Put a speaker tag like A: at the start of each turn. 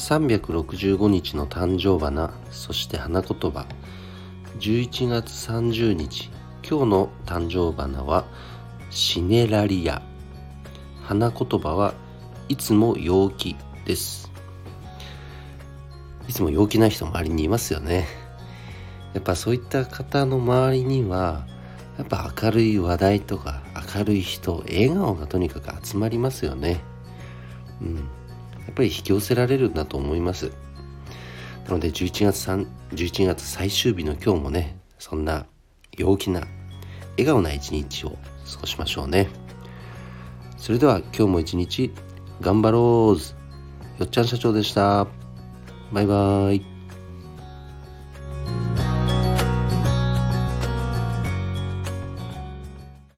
A: 365日の誕生花、そして花言葉。11月30日、今日の誕生花はシネラリア。花言葉はいつも陽気です。いつも陽気な人周りにいますよね。やっぱそういった方の周りにはやっぱ明るい話題とか明るい人、笑顔がとにかく集まりますよね。やっぱり引き寄せられるんだと思います。なので11月最終日の今日もね、そんな陽気な笑顔な一日を過ごしましょうね。それでは今日も一日頑張ろう。よっちゃん社長でした。バイバイ。